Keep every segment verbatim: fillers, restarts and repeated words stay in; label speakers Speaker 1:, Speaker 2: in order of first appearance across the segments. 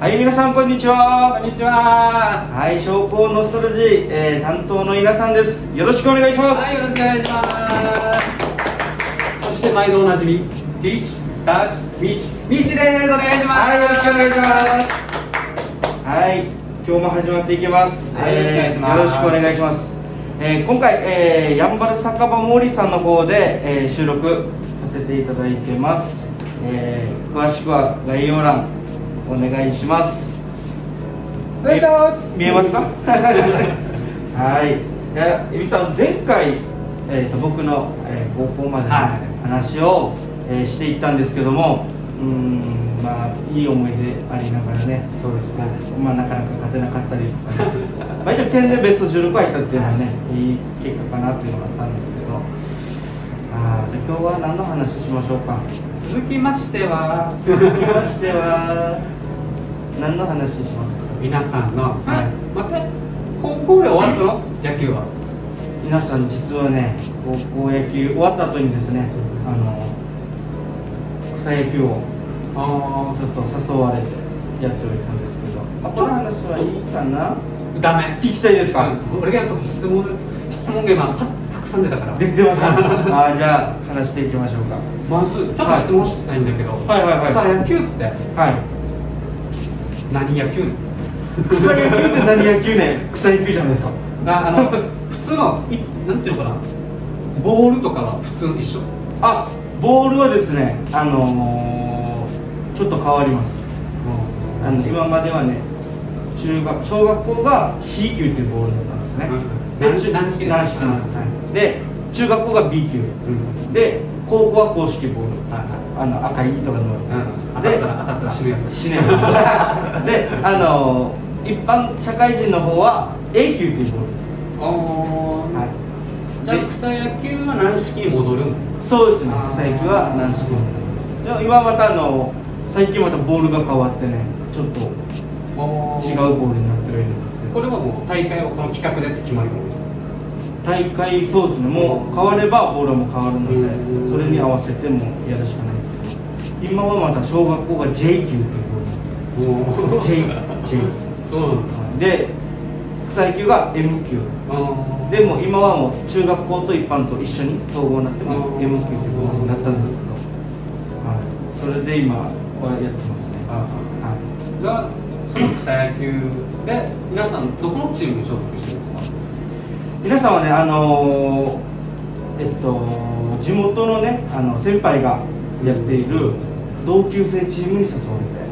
Speaker 1: はい、皆さんこんにちは。
Speaker 2: こんにちは。
Speaker 1: はい、商工ノスタルジー、えー、担当の稲さんです。よろしくお願いします。
Speaker 2: はい、よろしくお願いします。そして毎度おなじみ、ティーチ、タッチ、ミーチ、ミーチです。お願いします。
Speaker 1: はい、よろしくお願いします。はい、今日も始まっていきます。
Speaker 2: はい、よろしくお願いします。
Speaker 1: よろしくお願いします。えー、今回、えー、やんばる酒場森さんの方で、えー、収録させていただいてます。えー、詳しくは概要欄お願いします。
Speaker 2: お願いします。
Speaker 1: 見えますか？はい。いや、えみさん、前回、えー、と僕の、えー、高校までの話を、えー、していったんですけども、うーん、まあいい思い出ありながらね、そうですね。まあなかなか勝てなかったりとか、ね、まあ一応県でベストじゅうろく入ったっていうのはね、いい結果かなっていうのがあったんですけど、あじゃあ今日は何の話しましょうか。
Speaker 2: 続きましては、
Speaker 1: 続きましては何の話しますか。
Speaker 2: 皆さんの、
Speaker 1: はい、
Speaker 2: また高校で終わったの？野球は。
Speaker 1: 皆さん実はね、高校野球終わった後にですね、あの草野球をあちょっと誘われてやっておいたんですけど、あこの話はいいかな。
Speaker 2: ダメ。
Speaker 1: 聞きたいですか？
Speaker 2: うん、俺がちょっと質問質問が今たくさん出たから
Speaker 1: 出てましたあじゃあ話していきましょうか。
Speaker 2: まずちょっと質問したいんだけど、
Speaker 1: はいはいはいはい、
Speaker 2: 草野球って
Speaker 1: はい
Speaker 2: 何野球？
Speaker 1: 草野球って何野球ね。草野球じゃないですか。
Speaker 2: ああの普通のいなんていうのかな、ボールとかは普通の一緒？
Speaker 1: あボールはですね、あのー、ちょっと変わります。あの今まではね、中学小学校が シー 級っていうボールだったんですね、うん、で軟式軟式の、はい、で中学校が ビー 級、うん、で高校は公式ボール、はいはい、あの赤い糸が乗る、うん、
Speaker 2: 当たったら当たったら死ぬやつ
Speaker 1: 死ぬやつで、あの一般社会人の方は エー 級っていうボール。
Speaker 2: あ、はい、じゃあ草野球は軟式に戻るの？そうですね、
Speaker 1: 草野球は軟式に戻ります。でも今またあの最近またボールが変わってね、ちょっと違うボールになってはいるんですけど、
Speaker 2: これはもう大会はこの企画でって決まりものですか？
Speaker 1: 大会、そうですね、もう変わればボールも変わるので、それに合わせてもやるしかないんですけど、今はまた小学校が ジェイ 級っていうボール J, J
Speaker 2: そうなんだ。
Speaker 1: で草野球が エム 級で、も今はもう中学校と一般と一緒に統合になっても エム 級っていうボールになったんですけど、はい、それで今はやってますね。あ、はい、
Speaker 2: がその草野球で皆さんどこのチームに所属してるんですか？
Speaker 1: 皆さんはね、あのー、えっと地元のね、あの先輩がやっている同級生チームに誘われて。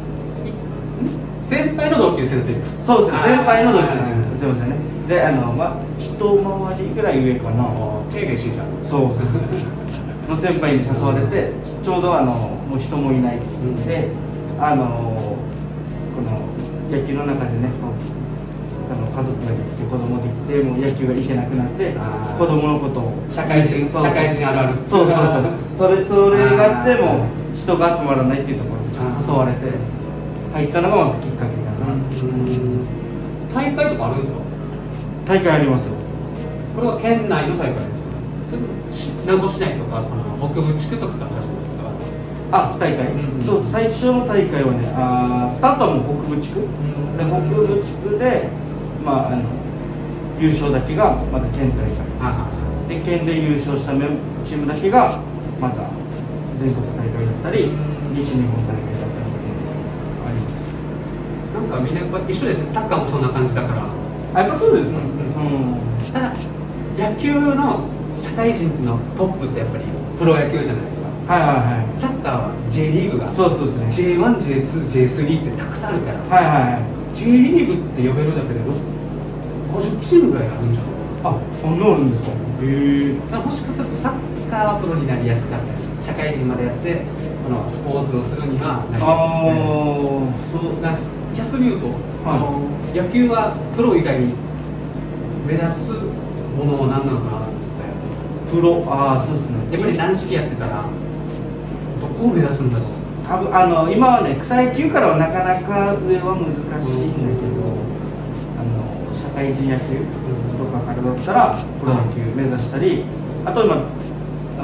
Speaker 2: 先輩の同級生のチーム？
Speaker 1: そうですね、先輩の同級生のチーム、すみませんね。で、あのまあ一回りぐらい上かな。
Speaker 2: 手がしいじゃん。
Speaker 1: そうの先輩に誘われて、ちょうどあのもう人もいないで、あのこの野球の中でね、あの家族ができて子供できて、もう野球がいけなくなって、子供のことを
Speaker 2: 社会人社会人あるある。
Speaker 1: そうそうそう。それそれがあっても人が集まらないっていうところに誘われて入ったのがまずきっかけかな。
Speaker 2: 大会とかあるんですか？
Speaker 1: 大会ありますよ。
Speaker 2: これは県内の大会ですか？名護市内とか北部地区とかから始めますか？
Speaker 1: あ、大会、うん、そう、最初の大会はね、あスタートはもう北部地区、うん、で北部地区で、まあ、あの優勝だけがまた県大会、で県で優勝したチームだけがまた全国大会だったり、うん、西日本大会だったりあります。
Speaker 2: なんかみんな一緒ですね。サッカーもそんな感じだから。
Speaker 1: あ、やっぱそうですね、うんうん、
Speaker 2: ただ野球の社会人のトップってやっぱりプロ野球じゃないですか。
Speaker 1: はいはいはい。
Speaker 2: サッカーは J リーグが
Speaker 1: そうそうですね、
Speaker 2: ジェイワン、ジェイツー、ジェイスリー ってたくさんあるから、
Speaker 1: はいはいはい、
Speaker 2: J リーグって呼べるだけでごじゅうチームぐらいあるんじゃない？
Speaker 1: あ、こんなあるんですか？へえ。
Speaker 2: もしかするとサッカーはプロになりやすかったり、社会人までやってこのスポーツをするにはなりやすい、ね、そうなん逆に言うと、はい、あの野球はプロ以外に目指すものは何なのかなって。
Speaker 1: プロ、ああそうですね、
Speaker 2: やっぱり軟式やってたらどこを目指すんだろう。
Speaker 1: 多分あの今はね、草野球からはなかなか上は難しいんだけど、うん、あの社会人野球とかからだったらプロ野球目指したり、あと今あ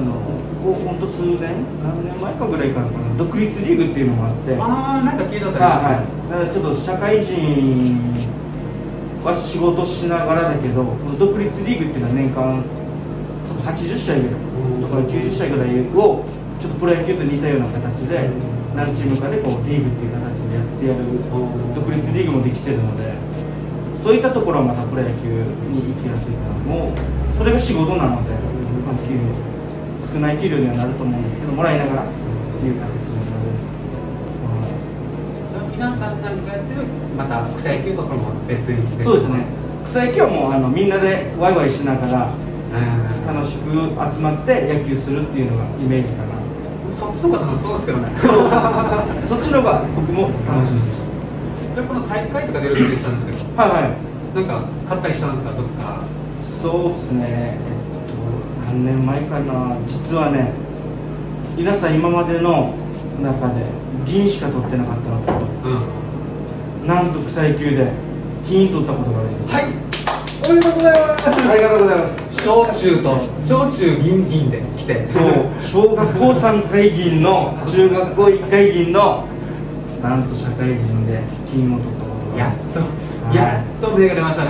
Speaker 1: のここ本当数年何年前かぐらいからかな、独立リーグっていうのがあって、
Speaker 2: ああなんか聞いたことありますね。
Speaker 1: はい、だからちょっと社会人は仕事しながらだけど、この独立リーグっていうのは年間はちじゅっしあいぐらいとかきゅうじゅっしあいぐらいをちょっとプロ野球と似たような形で何チームかでこうリーグっていう形でやってやる独立リーグもできてるので、そういったところはまたプロ野球に行きやすいからもうそれが仕事なので、まあ、給料少ない給料にはなると思うんですけどもらいながらっていう形になるんですけど、
Speaker 2: 皆さんなんかやってるまた草野球とかも別に。
Speaker 1: そうですね、草野球はもうあのみんなでワイワイしながら楽しく集まって野球するっていうのがイメージかな。
Speaker 2: そっちの方が楽しそうですけどね。
Speaker 1: そっちの方が僕も楽しいです。
Speaker 2: じゃあこの大会とか出るって言ってたんですけど、
Speaker 1: はいはい、
Speaker 2: なんか買ったりしたんですか、どっか。
Speaker 1: そうですね、えっと何年前かな、実はね皆さん今までの中で銀しか取ってなかったんですけど、うん、なんと草野球で金取ったことがあるんです。
Speaker 2: はい、おめでとうございます。
Speaker 1: ありがとうございます。
Speaker 2: 小中と小中銀銀で来て、
Speaker 1: そう小学校さんかい銀の中学校いっかい銀のなんと社会人で金を取ったことが
Speaker 2: やっと、やっと目が出ましたね。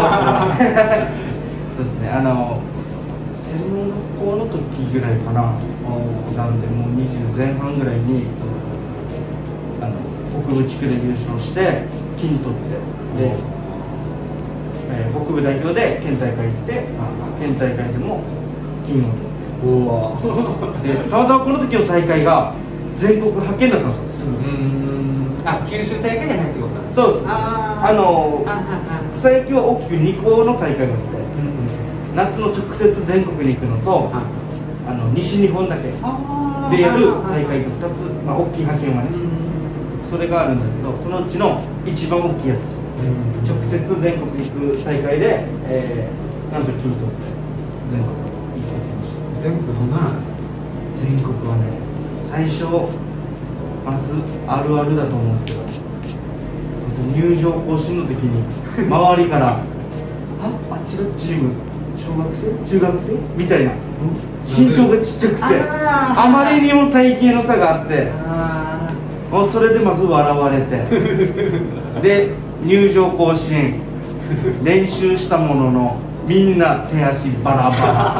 Speaker 1: そうですね、あの専門学校の時ぐらいかな、なんでもうにじゅうぜん半ぐらいにあの北部地区で優勝して金取ってで、えー、北部代表で県大会行って県大会でも金を取ってでたまたまこの時の大会が全国派遣だったんですよ。すぐ
Speaker 2: あ、九州大会じゃないってことなんです
Speaker 1: か。そうです。ああの草野球は大きくに校の大会があって、夏の直接全国に行くのと、あの西日本だけでやる大会がふたつ、まあ、大きい派遣はね、それがあるんだけど、そのうちの一番大きいやつ、直接全国に行く大会で、えー、なんと金取って全国行ってきました。
Speaker 2: 全国どんななんですか。
Speaker 1: 全国はね、最初まずあるあるだと思うんですけど、まず入場行進の時に周りから「ああっちのチーム小学生中学生?」みたいな、身長がちっちゃくて あ, あまりにも体型の差があって、もうそれでまず笑われてで入場行進練習したもののみんな手足バラバラ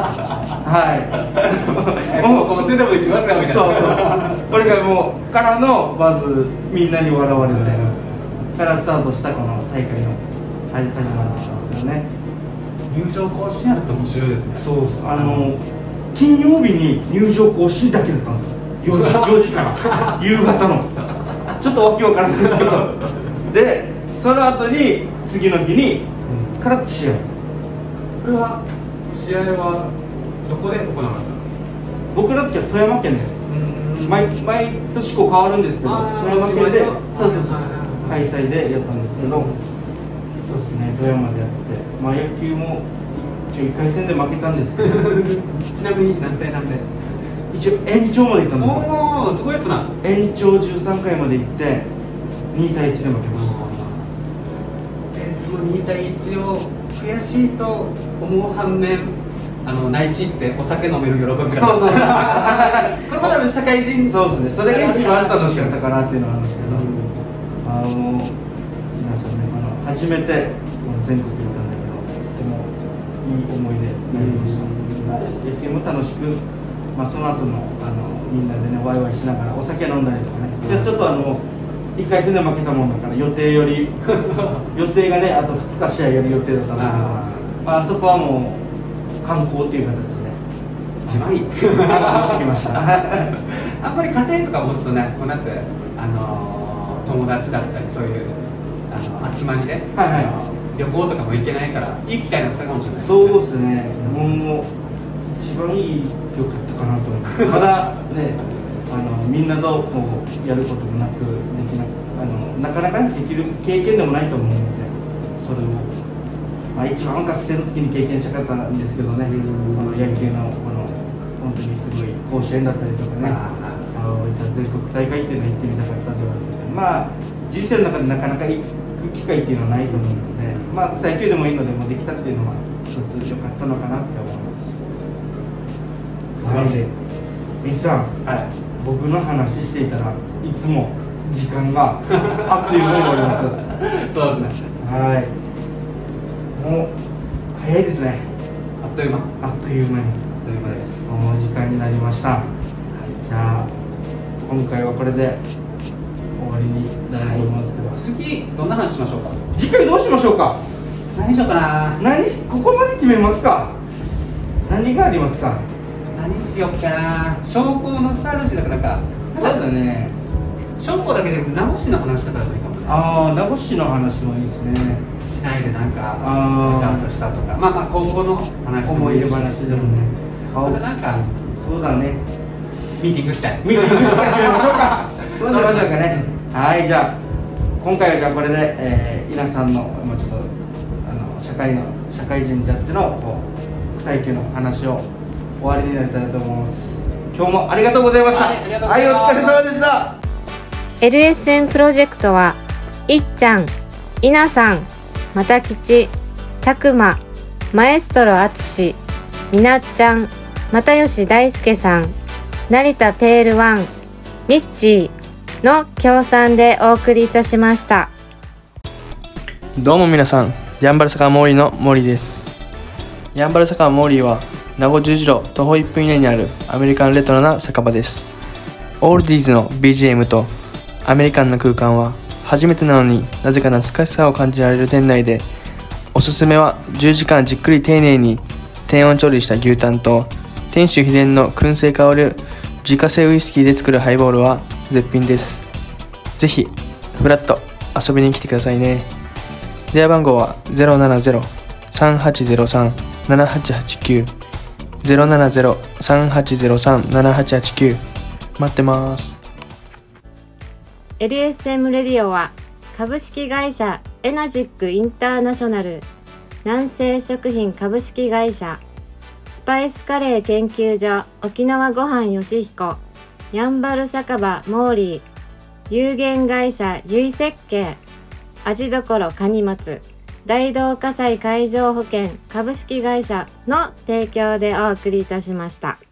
Speaker 1: はいもう
Speaker 2: 高校生でもできますかみたいな。
Speaker 1: そうそうこれがもうからのまずみんなに笑われてからスタートしたこの大会の始まりなんですけどね。
Speaker 2: 入場行進あると面白いですね。
Speaker 1: そうです。あの金曜日に入場行進だけだったんですよ。よじ, よじから夕方のちょっとわけわからないですけどでその後に次の日に空手試合。
Speaker 2: それは試合はどこで行われたの。
Speaker 1: 僕の時は富山県です。毎, 毎年こう変わるんですけど、富山県でそうそうそう開催でやったんですけど、そうですね、富山でやって、まあ、野球も一応いっかい戦で負けたんですけど
Speaker 2: ちなみに何対何で。
Speaker 1: 一応延長まで行ったんですよ。
Speaker 2: おお、すごいっすな。
Speaker 1: 延長じゅうさんかいまで行ってにたいいちで負けました。
Speaker 2: でそのにたいいちを悔しいと思う反面、あの内地ってお酒飲める喜びが。
Speaker 1: そうそうそうこれ
Speaker 2: まだ社会人。
Speaker 1: そうですね、それが一番楽しかったかなっていうのはあるんですけど、あの皆さんね、あの初めて全国に行ったんだけど、とてもいい思い出になりました。野球も楽しく、まあ、その後のあのみんなでねワイワイしながらお酒飲んだりとかね、じゃちょっとあのいっかい戦で負けたもんだから予定より予定がねあとふつか試合やる予定だったんですけど、まあ、そこはもう観光っていう形で
Speaker 2: 一番いい
Speaker 1: 観光してきました
Speaker 2: あんまり家庭とか持つとね、こうなんてあのー、友達だったりそういうあの集まりで、はいはい、旅行とかも行けないからいい機会だったかもしれないですね。
Speaker 1: そうですね、もう一番いいよかったかなと思いますまだねあのみんなとこうやることもなくできなあのなかなかできる経験でもないと思うので、それを、まあ、一番学生の時に経験したかったんですけどね、この野球のこの本当にすごい甲子園だったりとかね、あのいった全国大会っていうのを行ってみたかったということで、まあ人生の中でなかなか行く機会っていうのはないと思うので、まあ草野球でもいいのでもできたっていうのは一つ良かったのかなって思います。
Speaker 2: 草素晴らしい。
Speaker 1: みつさん、
Speaker 2: はい、
Speaker 1: 僕の話していたらいつも時間があっという間に終わります
Speaker 2: そうですね。
Speaker 1: はい、もう早いですね。
Speaker 2: あっという間
Speaker 1: あっという間に
Speaker 2: あっという間です。
Speaker 1: その時間になりました。はい、じゃあ今回はこれで終わりになると思いますけど、はい、
Speaker 2: 次どんな話しましょうか。
Speaker 1: 次回どうしましょうか。
Speaker 2: 何しようかな。
Speaker 1: 何ここまで決めますか。何がありますか。
Speaker 2: 何しようかな。商工ノスタルジーだからなんか、
Speaker 1: そうだね、
Speaker 2: 商工だけじゃなくて名護市の話とかでもいいかもね。
Speaker 1: ああ、名護市の話もいいですね。
Speaker 2: 市内でなんか
Speaker 1: あ
Speaker 2: ちゃんとしたとか、まあまあ高校の話でも
Speaker 1: 思い出
Speaker 2: いいし、
Speaker 1: 話でもね、
Speaker 2: またなんか
Speaker 1: そうだね、
Speaker 2: ミーティングしたい。
Speaker 1: ミーティングして決めましょうか。そうしましょうかね。はい、じゃあ今回はじゃあこれで、えー、稲さんのもうちょっとあの社会の社会人になってのこう草野球の話を終わりになりたいと思います。今日もありがとうございました。
Speaker 2: はい、ありがとうございます。
Speaker 1: はい、お疲れ様でした。
Speaker 3: エルエスエム プロジェクトはいっちゃん、いなさん、またきち、たくま、マエストロあつし、みなっちゃん、又吉大輔さん、成田ペールワン、ミッチーの協賛でお送りいたしました。
Speaker 4: どうも皆さん、やんばる坂モーリーのモーリーです。やんばる坂モーリーは名護十字路徒歩いっぷん以内にあるアメリカンレトロな酒場です。オールディーズの ビージーエム とアメリカンな空間は初めてなのになぜか懐かしさを感じられる店内で、おすすめはじゅうじかんじっくり丁寧に低温調理した牛タンと店主秘伝の燻製香る自家製ウイスキーで作るハイボールは絶品です。ぜひフラッと遊びに来てくださいね。電話番号は ゼロななゼロ さんはちゼロさん ななはちはちきゅう ゼロななゼロ さんはちゼロさん ななはちはちきゅう 待ってます。
Speaker 3: エルエスエム レディオは株式会社エナジックインターナショナル、南西食品株式会社、スパイスカレー研究所沖縄ごはんよしひこ、やんばる酒場モーリー、有限会社ゆい設計、味どころかにまつ、大同火災海上保険株式会社の提供でお送りいたしました。